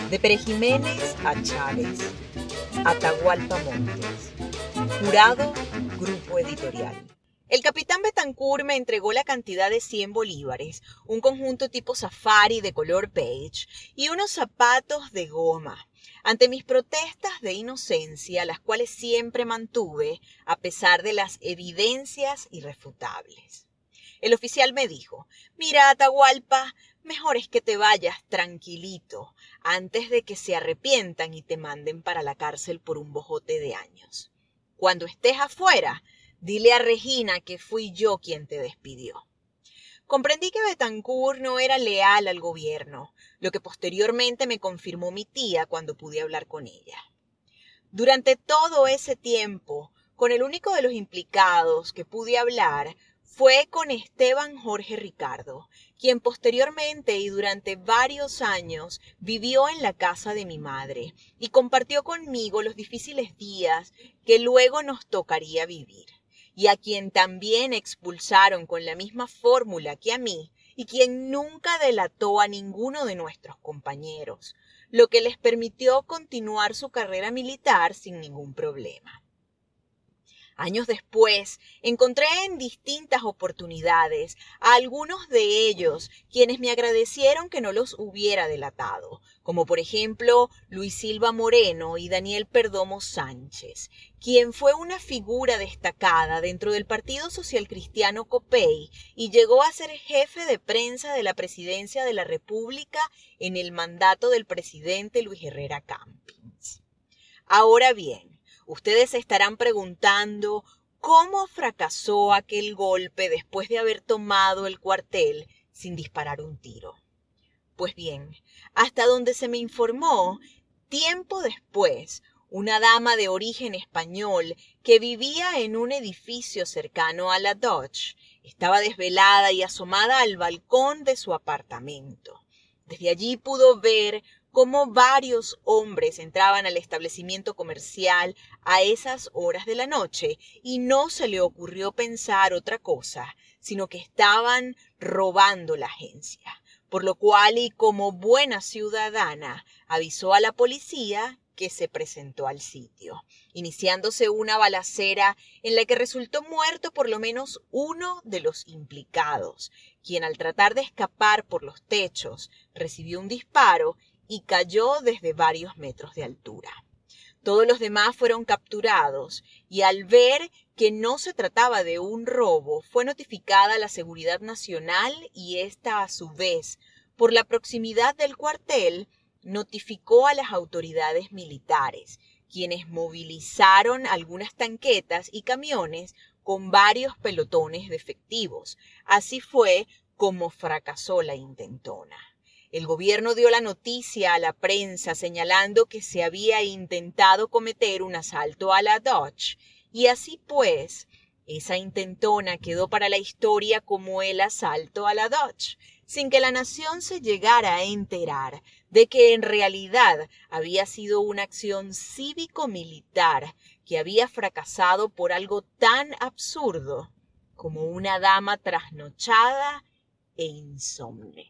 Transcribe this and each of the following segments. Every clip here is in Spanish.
De Pere Jiménez a Chávez, Atahualpa Montes. Jurado, Grupo Editorial. El capitán Betancourt me entregó la cantidad de 100 bolívares, un conjunto tipo safari de color beige y unos zapatos de goma. Ante mis protestas de inocencia, las cuales siempre mantuve, a pesar de las evidencias irrefutables. El oficial me dijo: «Mira, Atahualpa, mejor es que te vayas tranquilito, antes de que se arrepientan y te manden para la cárcel por un bojote de años. Cuando estés afuera, dile a Regina que fui yo quien te despidió». Comprendí que Betancourt no era leal al gobierno, lo que posteriormente me confirmó mi tía cuando pude hablar con ella. Durante todo ese tiempo, con el único de los implicados que pude hablar fue con Esteban Jorge Ricardo, quien posteriormente y durante varios años vivió en la casa de mi madre y compartió conmigo los difíciles días que luego nos tocaría vivir, y a quien también expulsaron con la misma fórmula que a mí, y quien nunca delató a ninguno de nuestros compañeros, lo que les permitió continuar su carrera militar sin ningún problema. Años después, encontré en distintas oportunidades a algunos de ellos quienes me agradecieron que no los hubiera delatado, como por ejemplo Luis Silva Moreno y Daniel Perdomo Sánchez, quien fue una figura destacada dentro del Partido Social Cristiano Copey y llegó a ser jefe de prensa de la Presidencia de la República en el mandato del presidente Luis Herrera Campins. Ahora bien, ustedes se estarán preguntando cómo fracasó aquel golpe después de haber tomado el cuartel sin disparar un tiro. Pues bien, hasta donde se me informó, tiempo después, una dama de origen español que vivía en un edificio cercano a la Dodge estaba desvelada y asomada al balcón de su apartamento. Desde allí pudo ver cómo varios hombres entraban al establecimiento comercial a esas horas de la noche y no se le ocurrió pensar otra cosa, sino que estaban robando la agencia, por lo cual y como buena ciudadana avisó a la policía que se presentó al sitio, iniciándose una balacera en la que resultó muerto por lo menos uno de los implicados, quien al tratar de escapar por los techos recibió un disparo y cayó desde varios metros de altura. Todos los demás fueron capturados y al ver que no se trataba de un robo, fue notificada la Seguridad Nacional y esta a su vez, por la proximidad del cuartel, notificó a las autoridades militares, quienes movilizaron algunas tanquetas y camiones con varios pelotones de efectivos. Así fue como fracasó la intentona. El gobierno dio la noticia a la prensa señalando que se había intentado cometer un asalto a la Dodge y así pues, esa intentona quedó para la historia como el asalto a la Dodge, sin que la nación se llegara a enterar de que en realidad había sido una acción cívico-militar que había fracasado por algo tan absurdo como una dama trasnochada e insomne.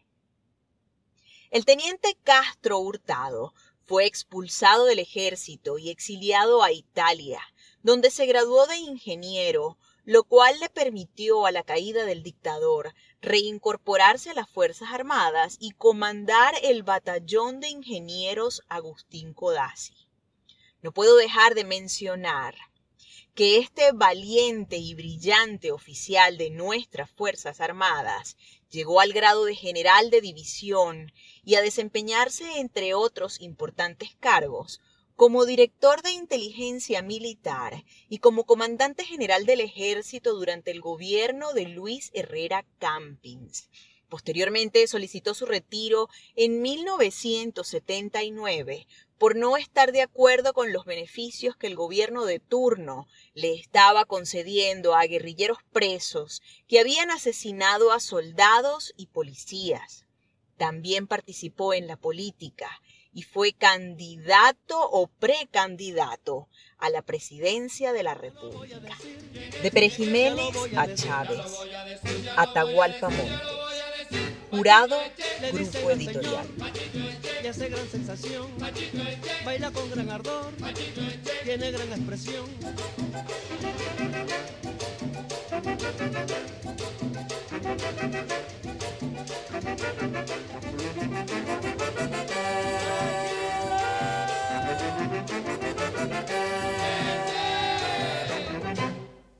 El teniente Castro Hurtado fue expulsado del ejército y exiliado a Italia, donde se graduó de ingeniero, lo cual le permitió a la caída del dictador reincorporarse a las Fuerzas Armadas y comandar el batallón de ingenieros Agustín Codazzi. No puedo dejar de mencionar que este valiente y brillante oficial de nuestras Fuerzas Armadas llegó al grado de general de división y a desempeñarse, entre otros importantes cargos, como director de inteligencia militar y como comandante general del ejército durante el gobierno de Luis Herrera Campins. Posteriormente solicitó su retiro en 1979 por no estar de acuerdo con los beneficios que el gobierno de turno le estaba concediendo a guerrilleros presos que habían asesinado a soldados y policías. También participó en la política y fue candidato o precandidato a la presidencia de la República. De Pere Jiménez a Chávez, Atahualpa Montes. Jurado, Grupo Editorial. Y hace gran sensación, baila con gran ardor, tiene gran expresión.